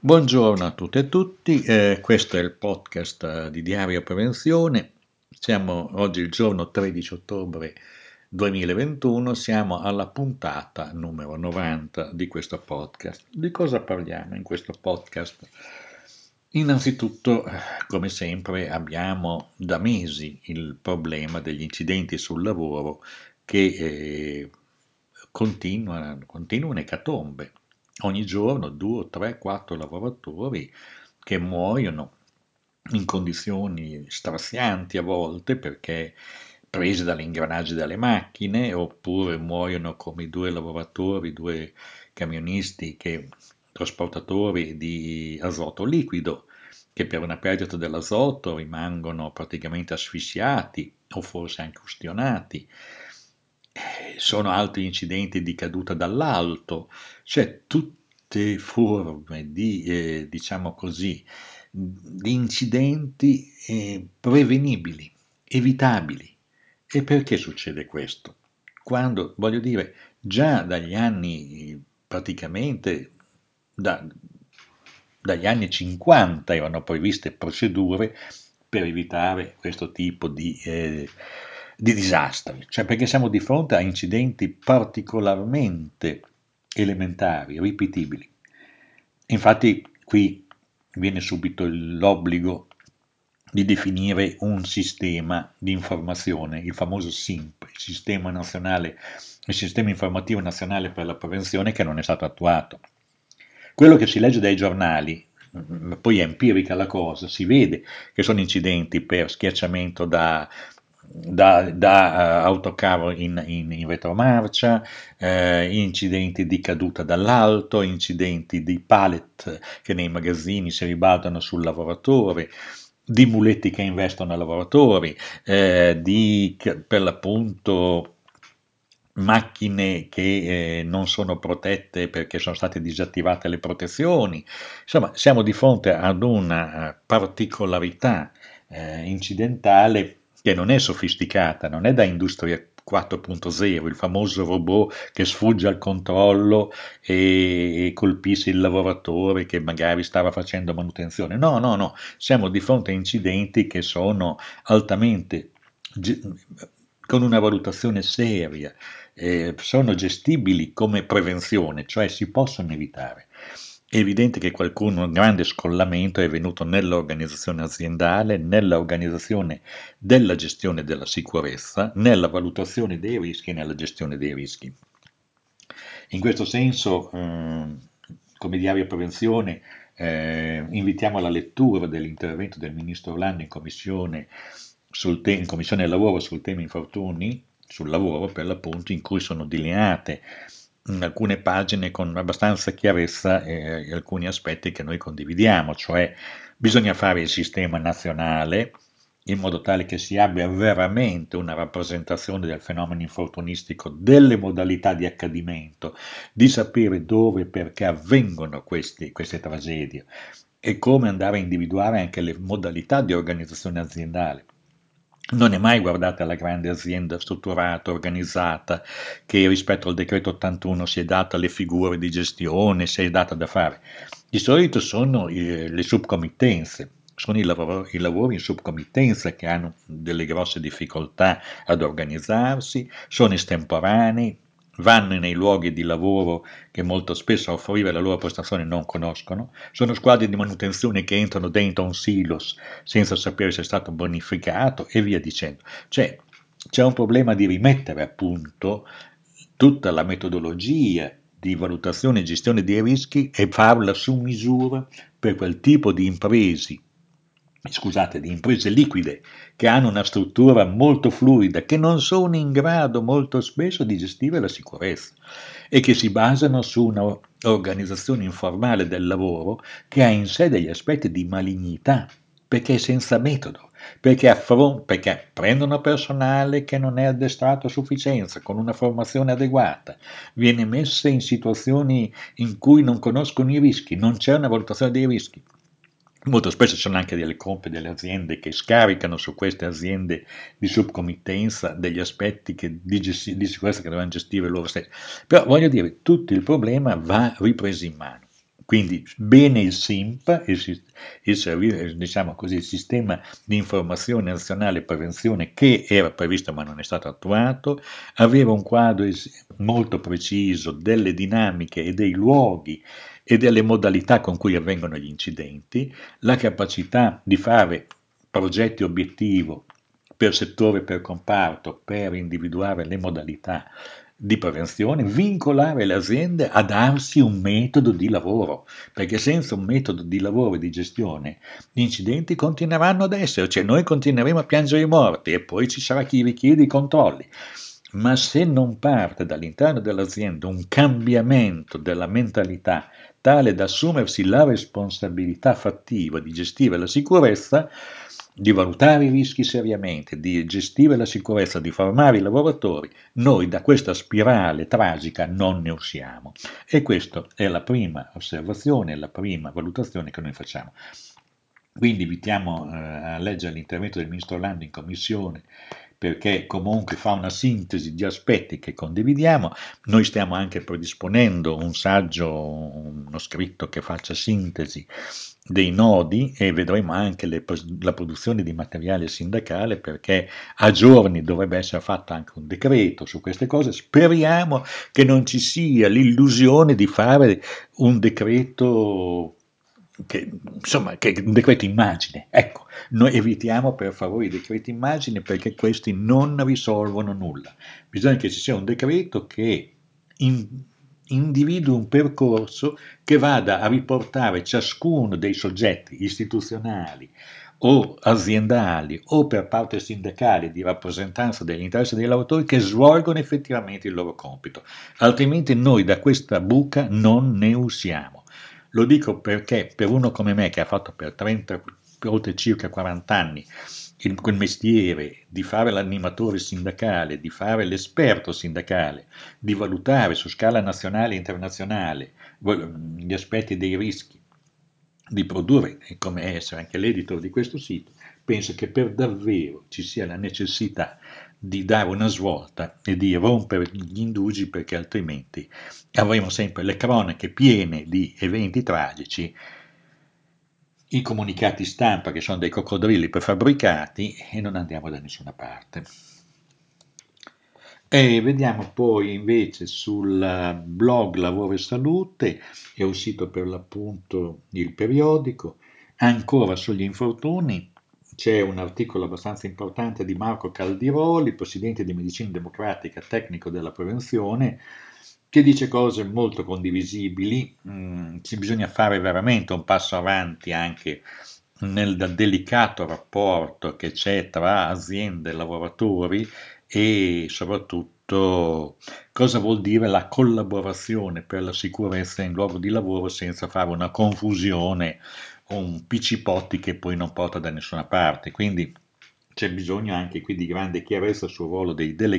Buongiorno a tutte e tutti, questo è il podcast di Diario Prevenzione. Siamo oggi il giorno 13 ottobre 2021, siamo alla puntata numero 90 di questo podcast. Di cosa parliamo in questo podcast? Innanzitutto, come sempre, abbiamo da mesi il problema degli incidenti sul lavoro che continua un'ecatombe. Ogni giorno 2, 3, 4 lavoratori che muoiono in condizioni strazianti a volte perché presi dalle ingranaggi delle macchine, oppure muoiono come i due lavoratori, due camionisti trasportatori di azoto liquido, che per una perdita dell'azoto rimangono praticamente asfissiati o forse anche ustionati. Sono altri incidenti di caduta dall'alto, cioè tutte forme diciamo così, di incidenti prevenibili, evitabili. E perché succede questo? Quando, voglio dire, già dagli anni praticamente da- dagli anni 50 erano previste procedure per evitare questo tipo di disastri, cioè perché siamo di fronte a incidenti particolarmente elementari, ripetibili. Infatti qui viene subito l'obbligo di definire un sistema di informazione, il famoso SINP, il Sistema Informativo Nazionale per la Prevenzione, che non è stato attuato. Quello che si legge dai giornali, poi è empirica la cosa, si vede che sono incidenti per schiacciamento da autocarro in retromarcia, incidenti di caduta dall'alto, incidenti di pallet che nei magazzini si ribaltano sul lavoratore, di muletti che investono i lavoratori, per l'appunto macchine che non sono protette perché sono state disattivate le protezioni. Insomma, siamo di fronte ad una particolarità incidentale che non è sofisticata, non è da industria 4.0, il famoso robot che sfugge al controllo e colpisce il lavoratore che magari stava facendo manutenzione. No, no, no, siamo di fronte a incidenti che sono altamente con una valutazione seria, sono gestibili come prevenzione, cioè si possono evitare. È evidente che un grande scollamento è venuto nell'organizzazione aziendale, nell'organizzazione della gestione della sicurezza, nella valutazione dei rischi e nella gestione dei rischi. In questo senso, come diario prevenzione, invitiamo alla lettura dell'intervento del Ministro Orlando in Commissione Lavoro sul tema infortuni sul lavoro, per l'appunto, in cui sono delineate in alcune pagine con abbastanza chiarezza alcuni aspetti che noi condividiamo, cioè bisogna fare il sistema nazionale in modo tale che si abbia veramente una rappresentazione del fenomeno infortunistico, delle modalità di accadimento, di sapere dove e perché avvengono queste tragedie e come andare a individuare anche le modalità di organizzazione aziendale. Non è mai guardata alla grande azienda strutturata, organizzata, che rispetto al decreto 81 si è data le figure di gestione, si è data da fare. Di solito sono le subcommittenze, sono i lavori in subcommittenza che hanno delle grosse difficoltà ad organizzarsi, sono estemporanei, vanno nei luoghi di lavoro che molto spesso a offrire la loro prestazione non conoscono, sono squadre di manutenzione che entrano dentro un silos senza sapere se è stato bonificato e via dicendo. Cioè, c'è un problema di rimettere a punto tutta la metodologia di valutazione e gestione dei rischi e farla su misura per quel tipo di di imprese liquide che hanno una struttura molto fluida, che non sono in grado molto spesso di gestire la sicurezza e che si basano su un'organizzazione informale del lavoro che ha in sé degli aspetti di malignità, perché è senza metodo, perché prendono personale che non è addestrato a sufficienza, con una formazione adeguata, viene messa in situazioni in cui non conoscono i rischi, non c'è una valutazione dei rischi. Molto spesso ci sono anche delle colpe delle aziende che scaricano su queste aziende di subcommittenza degli aspetti di sicurezza che dovevano gestire loro stessi. Però voglio dire, tutto il problema va ripreso in mano. Quindi bene il SINP, diciamo così, il sistema di informazione nazionale e prevenzione che era previsto ma non è stato attuato, aveva un quadro molto preciso delle dinamiche e dei luoghi e delle modalità con cui avvengono gli incidenti, la capacità di fare progetti obiettivo per settore, per comparto, per individuare le modalità di prevenzione, vincolare le aziende a darsi un metodo di lavoro, perché senza un metodo di lavoro e di gestione gli incidenti continueranno ad esserci, cioè noi continueremo a piangere i morti e poi ci sarà chi richiede i controlli. Ma se non parte dall'interno dell'azienda un cambiamento della mentalità tale da assumersi la responsabilità fattiva di gestire la sicurezza, di valutare i rischi seriamente, di gestire la sicurezza, di formare i lavoratori, noi da questa spirale tragica non ne usciamo. E questa è la prima osservazione, la prima valutazione che noi facciamo. Quindi invitiamo a leggere l'intervento del ministro Orlando in commissione perché comunque fa una sintesi di aspetti che condividiamo. Noi stiamo anche predisponendo un saggio, uno scritto che faccia sintesi dei nodi e vedremo anche la produzione di materiale sindacale perché a giorni dovrebbe essere fatto anche un decreto su queste cose. Speriamo che non ci sia l'illusione di fare un decreto che, insomma, che un decreto immagine. Ecco, noi evitiamo per favore i decreti immagine perché questi non risolvono nulla. Bisogna che ci sia un decreto che in, individui un percorso che vada a riportare ciascuno dei soggetti istituzionali o aziendali o per parte sindacale di rappresentanza degli interessi dei lavoratori che svolgono effettivamente il loro compito. Altrimenti noi da questa buca non ne usciamo. Lo dico perché per uno come me che ha fatto per 30, per oltre circa 40 anni quel mestiere di fare l'animatore sindacale, di fare l'esperto sindacale, di valutare su scala nazionale e internazionale gli aspetti dei rischi, di produrre, e come essere anche l'editor di questo sito, penso che per davvero ci sia la necessità di dare una svolta e di rompere gli indugi perché altrimenti avremo sempre le cronache piene di eventi tragici, i comunicati stampa che sono dei coccodrilli prefabbricati e non andiamo da nessuna parte. E vediamo poi invece sul blog Lavoro e Salute, è uscito per l'appunto il periodico, ancora sugli infortuni, c'è un articolo abbastanza importante di Marco Caldiroli, presidente di Medicina Democratica, tecnico della prevenzione, che dice cose molto condivisibili. Ci bisogna fare veramente un passo avanti anche nel delicato rapporto che c'è tra aziende e lavoratori e soprattutto cosa vuol dire la collaborazione per la sicurezza in luogo di lavoro senza fare una confusione o un picipotti che poi non porta da nessuna parte. Quindi c'è bisogno anche qui di grande chiarezza sul ruolo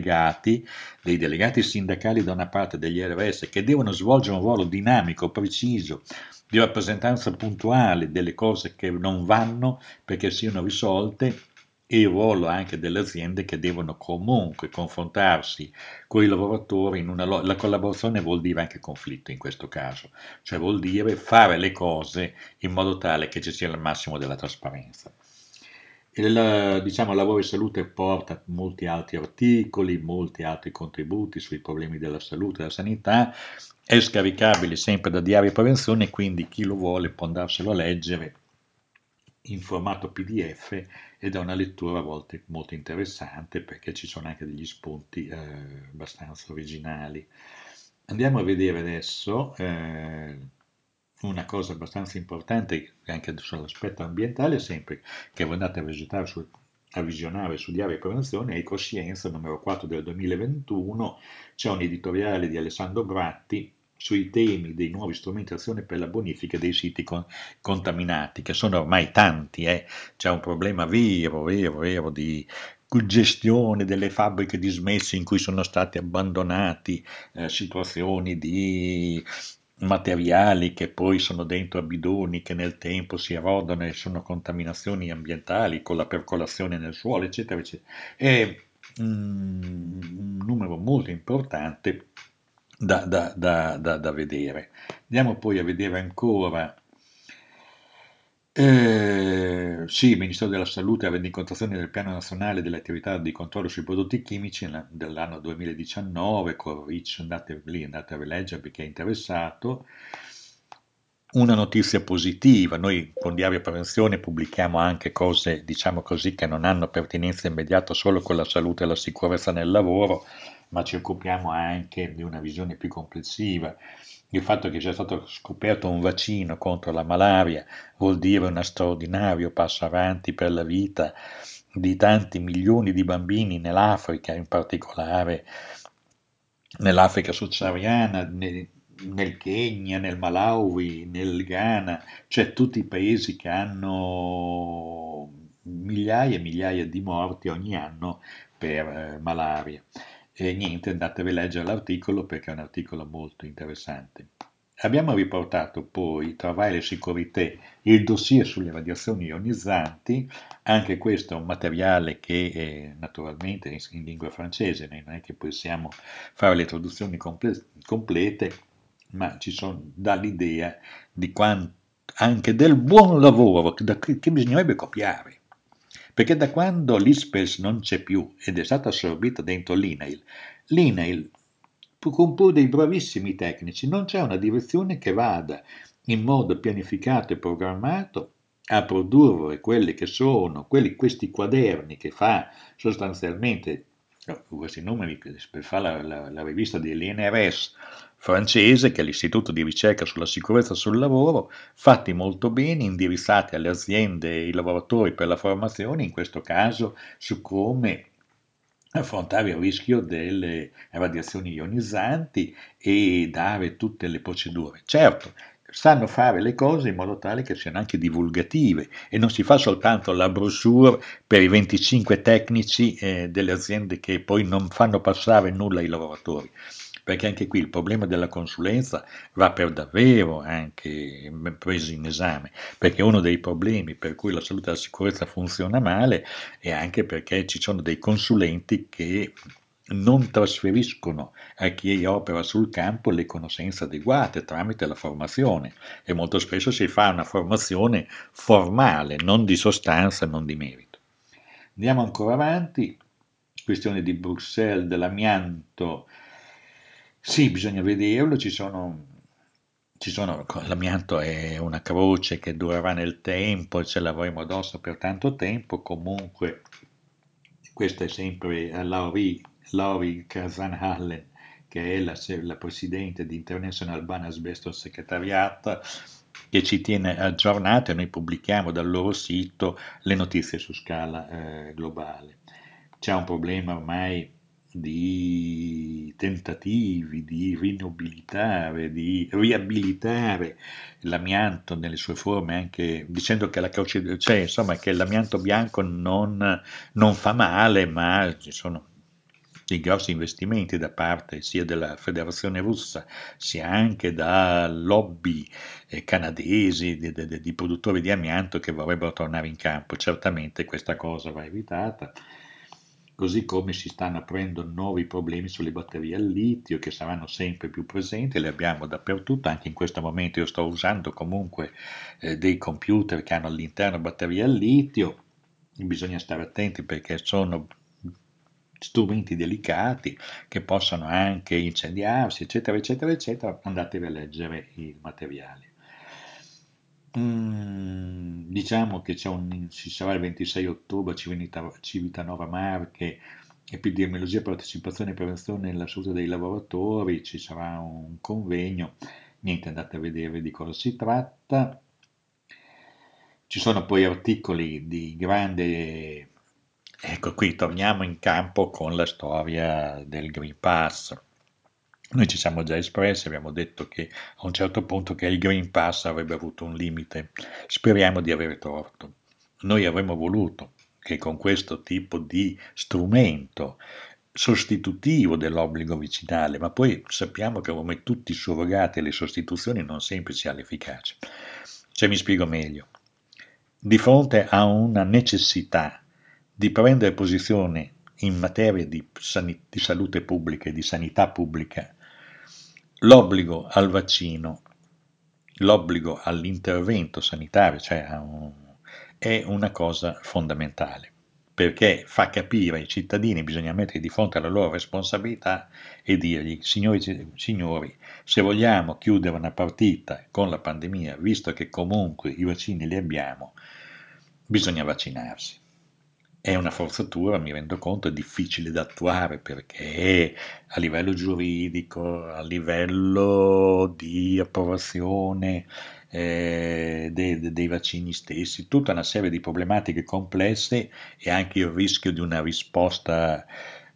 dei delegati sindacali da una parte degli RS che devono svolgere un ruolo dinamico, preciso, di rappresentanza puntuale delle cose che non vanno perché siano risolte e il ruolo anche delle aziende che devono comunque confrontarsi con i lavoratori in una la collaborazione vuol dire anche conflitto in questo caso, cioè vuol dire fare le cose in modo tale che ci sia il massimo della trasparenza. Diciamo, Lavoro e Salute porta molti altri articoli, molti altri contributi sui problemi della salute e della sanità, è scaricabile sempre da Diario Prevenzione, quindi chi lo vuole può andarselo a leggere in formato PDF ed è una lettura a volte molto interessante perché ci sono anche degli spunti abbastanza originali. Andiamo a vedere adesso una cosa abbastanza importante anche sull'aspetto ambientale, sempre che voi andate a visitare a visionare su Diario Prevenzione, Ecoscienza numero 4 del 2021, c'è un editoriale di Alessandro Bratti sui temi dei nuovi strumenti di azione per la bonifica dei siti contaminati, che sono ormai tanti, c'è un problema vero di gestione delle fabbriche dismesse in cui sono stati abbandonati, situazioni di materiali che poi sono dentro a bidoni che nel tempo si erodano e sono contaminazioni ambientali con la percolazione nel suolo, eccetera, eccetera. È un numero molto importante da vedere. Andiamo poi a vedere ancora. Sì, il Ministero della Salute ha rendicontazione del Piano Nazionale delle attività di controllo sui prodotti chimici dell'anno 2019, con REACH, andate lì, andate a rileggere perché è interessato. Una notizia positiva, noi con Diario Prevenzione pubblichiamo anche cose, diciamo così, che non hanno pertinenza immediata solo con la salute e la sicurezza nel lavoro, ma ci occupiamo anche di una visione più complessiva. Il fatto che sia stato scoperto un vaccino contro la malaria vuol dire uno straordinario passo avanti per la vita di tanti milioni di bambini nell'Africa, in particolare nell'Africa subsahariana, nel Kenya, nel Malawi, nel Ghana, cioè tutti i paesi che hanno migliaia e migliaia di morti ogni anno per malaria. E niente, andatevi a leggere l'articolo perché è un articolo molto interessante. Abbiamo riportato poi, tra varie sicurezze, il dossier sulle radiazioni ionizzanti. Anche questo è un materiale che naturalmente è in lingua francese, noi non è che possiamo fare le traduzioni complete, ma ci sono, dà l'idea di quanto, anche del buon lavoro che bisognerebbe copiare. Perché da quando l'ISPES non c'è più ed è stata assorbita dentro l'INAIL, l'INAIL, con pure dei bravissimi tecnici, non c'è una direzione che vada in modo pianificato e programmato a produrre quelli che sono questi quaderni che fa sostanzialmente questi numeri per fare la rivista dell'INRS francese, che è l'Istituto di ricerca sulla sicurezza sul lavoro, fatti molto bene, indirizzati alle aziende e ai lavoratori per la formazione, in questo caso su come affrontare il rischio delle radiazioni ionizzanti e dare tutte le procedure. Certo, sanno fare le cose in modo tale che siano anche divulgative e non si fa soltanto la brochure per i 25 tecnici delle aziende che poi non fanno passare nulla ai lavoratori. Perché anche qui il problema della consulenza va per davvero anche preso in esame, perché uno dei problemi per cui la salute e la sicurezza funziona male è anche perché ci sono dei consulenti che non trasferiscono a chi opera sul campo le conoscenze adeguate tramite la formazione e molto spesso si fa una formazione formale, non di sostanza, non di merito. Andiamo ancora avanti, questione di Bruxelles, dell'amianto, sì, bisogna vederlo, l'amianto è una croce che durerà nel tempo e ce l'avremo addosso per tanto tempo, comunque questa è sempre Laurie Kazan-Hallen, che è la presidente di International Ban Asbestos Secretariat, che ci tiene aggiornati e noi pubblichiamo dal loro sito le notizie su scala globale. C'è un problema ormai di tentativi di rinobilitare, di riabilitare l'amianto nelle sue forme, anche dicendo che cioè, insomma, che l'amianto bianco non fa male, ma ci sono dei grossi investimenti da parte sia della Federazione Russa sia anche da lobby canadesi di produttori di amianto che vorrebbero tornare in campo. Certamente questa cosa va evitata, così come si stanno aprendo nuovi problemi sulle batterie al litio che saranno sempre più presenti, le abbiamo dappertutto, anche in questo momento io sto usando comunque dei computer che hanno all'interno batterie al litio, bisogna stare attenti perché sono strumenti delicati che possono anche incendiarsi, eccetera, eccetera, eccetera, andatevi a leggere il materiale. Diciamo che ci sarà il 26 ottobre a Civitanova Marche, epidemiologia, partecipazione e prevenzione nella salute dei lavoratori, ci sarà un convegno, niente, andate a vedere di cosa si tratta. Ci sono poi articoli di grande. Ecco, qui torniamo in campo con la storia del Green Pass. Noi ci siamo già espressi, abbiamo detto che a un certo punto che il Green Pass avrebbe avuto un limite. Speriamo di avere torto. Noi avremmo voluto che con questo tipo di strumento sostitutivo dell'obbligo vaccinale, ma poi sappiamo che come tutti i surrogati e le sostituzioni non sempre si ha l'efficacia. Se mi spiego meglio, di fronte a una necessità di prendere posizione in materia di salute pubblica e di sanità pubblica, l'obbligo al vaccino, l'obbligo all'intervento sanitario, è una cosa fondamentale, perché fa capire ai cittadini, bisogna mettere di fronte alla loro responsabilità e dirgli, signori, se vogliamo chiudere una partita con la pandemia, visto che comunque i vaccini li abbiamo, bisogna vaccinarsi. È una forzatura, mi rendo conto, è difficile da attuare perché a livello giuridico, a livello di approvazione dei vaccini stessi, tutta una serie di problematiche complesse e anche il rischio di una risposta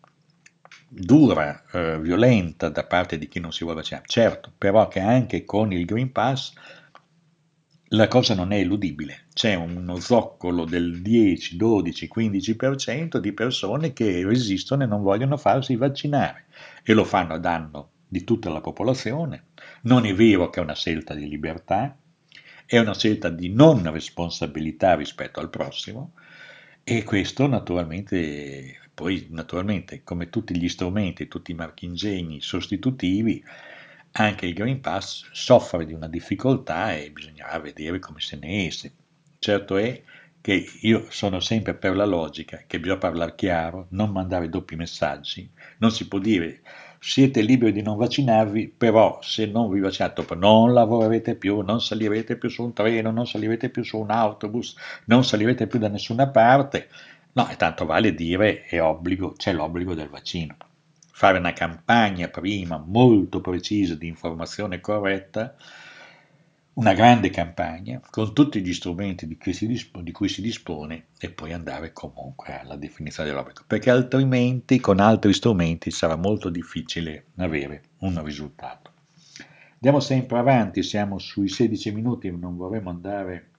dura, violenta da parte di chi non si vuole vaccinare. Certo, però che anche con il Green Pass la cosa non è eludibile, c'è uno zoccolo del 10, 12, 15% di persone che resistono e non vogliono farsi vaccinare e lo fanno a danno di tutta la popolazione. Non è vero che è una scelta di libertà, è una scelta di non responsabilità rispetto al prossimo e questo naturalmente, poi naturalmente come tutti gli strumenti, tutti i marchingegni sostitutivi, anche il Green Pass soffre di una difficoltà e bisognerà vedere come se ne esce. Certo è che io sono sempre per la logica che bisogna parlare chiaro, non mandare doppi messaggi, non si può dire siete liberi di non vaccinarvi, però se non vi vaccinate non lavorerete più, non salirete più su un treno, non salirete più su un autobus, non salirete più da nessuna parte. No, e tanto vale dire è obbligo, c'è l'obbligo del vaccino. Fare una campagna prima molto precisa di informazione corretta, una grande campagna con tutti gli strumenti di cui si dispone e poi andare comunque alla definizione dell'obbligo, perché altrimenti con altri strumenti sarà molto difficile avere un risultato. Andiamo sempre avanti, siamo sui 16 minuti, non vorremmo andare.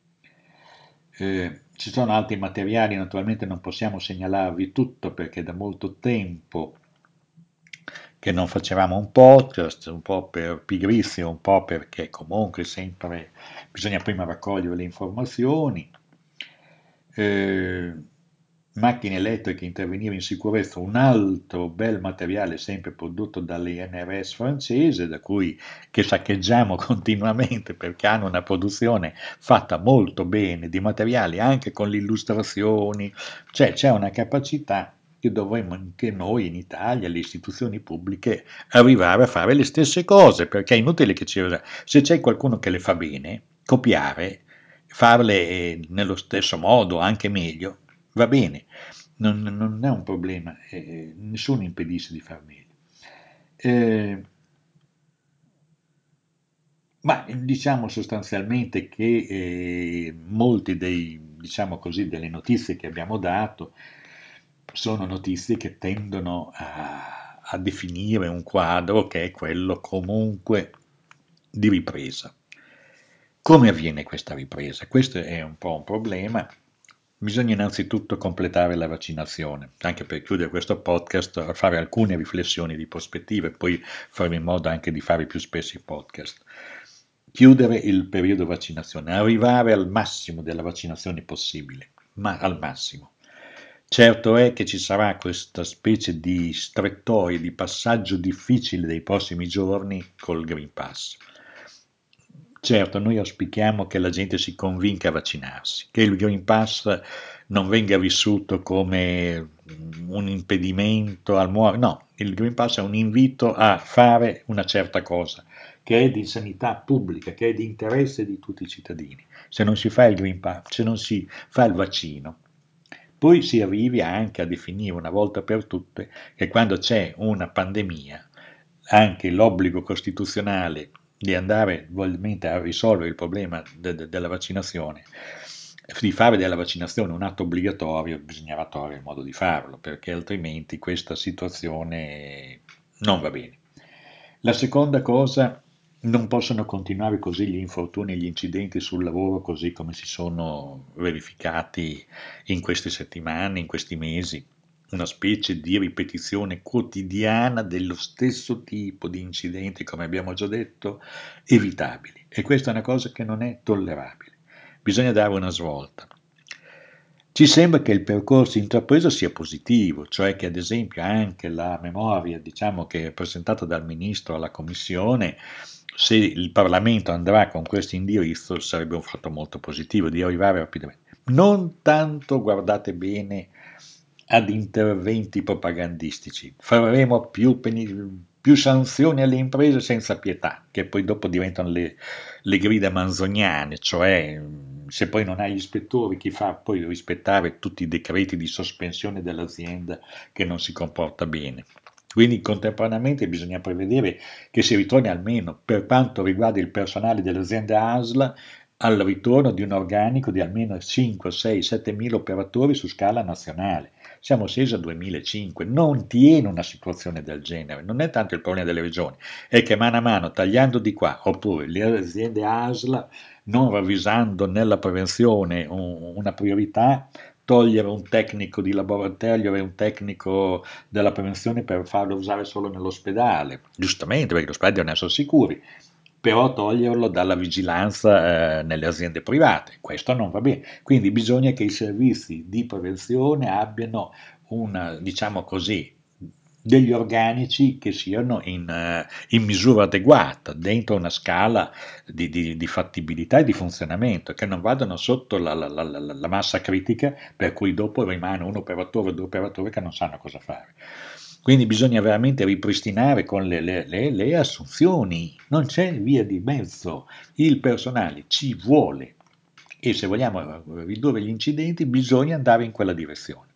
Ci sono altri materiali, naturalmente non possiamo segnalarvi tutto perché da molto tempo che non facevamo un podcast, un po' per pigrizia, un po' perché comunque sempre bisogna prima raccogliere le informazioni. Eh, Macchine elettriche, intervenire in sicurezza, un altro bel materiale sempre prodotto dall'INRS francese, che saccheggiamo continuamente perché hanno una produzione fatta molto bene di materiali, anche con le illustrazioni, cioè c'è una capacità che dovremmo anche noi in Italia, le istituzioni pubbliche, arrivare a fare le stesse cose, perché è inutile che se c'è qualcuno che le fa bene, copiare, farle nello stesso modo, anche meglio, va bene, non è un problema, nessuno impedisce di far meglio. Eh, ma diciamo sostanzialmente che molti diciamo così, delle notizie che abbiamo dato sono notizie che tendono a definire un quadro che è quello comunque di ripresa. Come avviene questa ripresa? Questo è un po' un problema. Bisogna innanzitutto completare la vaccinazione, anche per chiudere questo podcast, fare alcune riflessioni di prospettiva e poi faremo in modo anche di fare più spesso i podcast. Chiudere il periodo vaccinazione, arrivare al massimo della vaccinazione possibile, ma al massimo. Certo è che ci sarà questa specie di strettoia, di passaggio difficile dei prossimi giorni col Green Pass. Certo, noi auspichiamo che la gente si convinca a vaccinarsi, che il Green Pass non venga vissuto come un impedimento al no, il Green Pass è un invito a fare una certa cosa, che è di sanità pubblica, che è di interesse di tutti i cittadini. Se non si fa il Green Pass, se non si fa il vaccino, poi si arrivi anche a definire una volta per tutte che quando c'è una pandemia, anche l'obbligo costituzionale di andare ugualmente a risolvere il problema della vaccinazione, di fare della vaccinazione un atto obbligatorio, bisognava trovare il modo di farlo, perché altrimenti questa situazione non va bene. La seconda cosa, non possono continuare così gli infortuni e gli incidenti sul lavoro così come si sono verificati in queste settimane, in questi mesi, una specie di ripetizione quotidiana dello stesso tipo di incidenti, come abbiamo già detto, evitabili. E questa è una cosa che non è tollerabile. Bisogna dare una svolta. Ci sembra che il percorso intrapreso sia positivo, cioè che ad esempio anche la memoria, diciamo, che è presentata dal Ministro alla Commissione, se il Parlamento andrà con questo indirizzo, sarebbe un fatto molto positivo di arrivare rapidamente. Non tanto, guardate bene, ad interventi propagandistici. Faremo più sanzioni alle imprese senza pietà, che poi dopo diventano le grida manzoniane, cioè se poi non hai gli ispettori, chi fa poi rispettare tutti i decreti di sospensione dell'azienda che non si comporta bene? Quindi contemporaneamente bisogna prevedere che si ritorni almeno per quanto riguarda il personale dell'azienda ASL al ritorno di un organico di almeno 5, 6, 7 mila operatori su scala nazionale. Siamo scesi a 2005, non tiene una situazione del genere, non è tanto il problema delle regioni, è che mano a mano tagliando di qua, oppure le aziende ASL non ravvisando nella prevenzione una priorità, togliere un tecnico di laboratorio e un tecnico della prevenzione per farlo usare solo nell'ospedale, giustamente perché l'ospedale devono essere sicuri, però toglierlo dalla vigilanza nelle aziende private, questo non va bene. Quindi bisogna che i servizi di prevenzione abbiano una, diciamo così, degli organici che siano in misura adeguata, dentro una scala di fattibilità e di funzionamento, che non vadano sotto la massa critica per cui dopo rimane un operatore o due operatori che non sanno cosa fare. Quindi bisogna veramente ripristinare con le assunzioni, non c'è via di mezzo, il personale ci vuole e se vogliamo ridurre gli incidenti bisogna andare in quella direzione.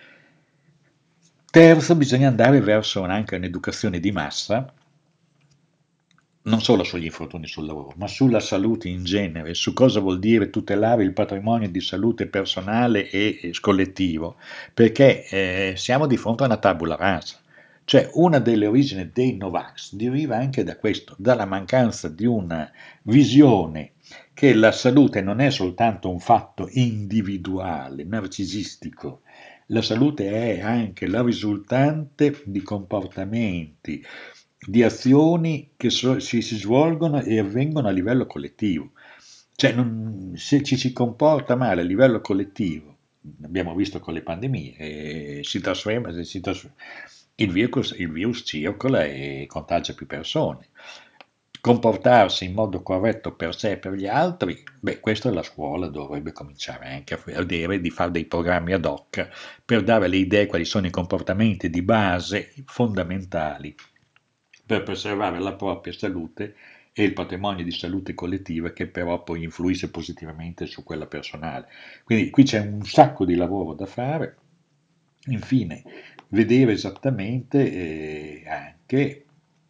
Terzo, bisogna andare verso anche un'educazione di massa, non solo sugli infortuni sul lavoro, ma sulla salute in genere, su cosa vuol dire tutelare il patrimonio di salute personale e collettivo, perché siamo di fronte a una tabula rasa. Cioè, una delle origini dei Novax deriva anche da questo, dalla mancanza di una visione che la salute non è soltanto un fatto individuale, narcisistico, la salute è anche la risultante di comportamenti, di azioni che si svolgono e avvengono a livello collettivo. Cioè, se ci si comporta male a livello collettivo, abbiamo visto con le pandemie, il virus circola e contagia più persone. Comportarsi in modo corretto per sé e per gli altri, beh, questo la scuola dovrebbe cominciare anche a vedere di fare dei programmi ad hoc per dare le idee quali sono i comportamenti di base fondamentali per preservare la propria salute e il patrimonio di salute collettiva che però poi influisce positivamente su quella personale. Quindi qui c'è un sacco di lavoro da fare. Infine, vedere esattamente anche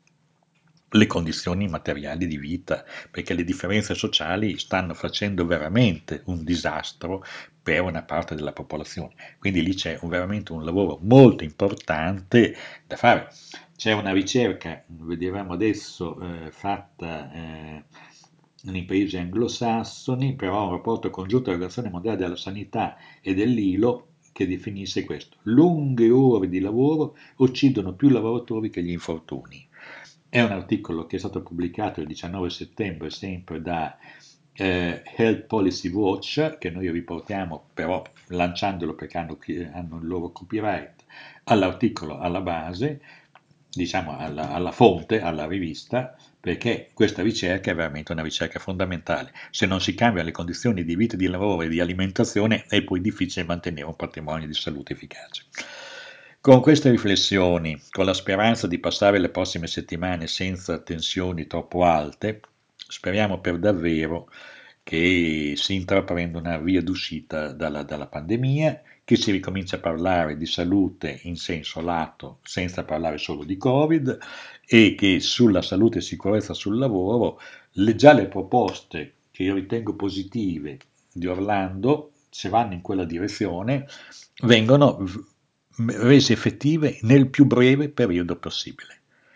le condizioni materiali di vita, perché le differenze sociali stanno facendo veramente un disastro per una parte della popolazione. Quindi lì c'è veramente un lavoro molto importante da fare. C'è una ricerca, vedevamo adesso, fatta nei paesi anglosassoni, però un rapporto congiunto dell'Organizzazione Mondiale della Sanità e dell'ILO che definisse questo. Lunghe ore di lavoro uccidono più lavoratori che gli infortuni. È un articolo che è stato pubblicato il 19 settembre sempre da Health Policy Watch, che noi riportiamo però lanciandolo perché hanno il loro copyright all'articolo alla base, diciamo alla fonte, alla rivista, perché questa ricerca è veramente una ricerca fondamentale. Se non si cambiano le condizioni di vita, di lavoro e di alimentazione, è poi difficile mantenere un patrimonio di salute efficace. Con queste riflessioni, con la speranza di passare le prossime settimane senza tensioni troppo alte, speriamo per davvero che si intraprenda una via d'uscita dalla pandemia, che si ricomincia a parlare di salute in senso lato, senza parlare solo di Covid, e che sulla salute e sicurezza sul lavoro già le proposte che io ritengo positive di Orlando, se vanno in quella direzione, vengono rese effettive nel più breve periodo possibile.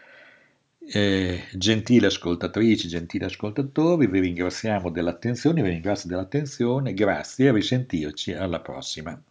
Gentili ascoltatrici, gentili ascoltatori, vi ringrazio dell'attenzione, grazie, a risentirci alla prossima.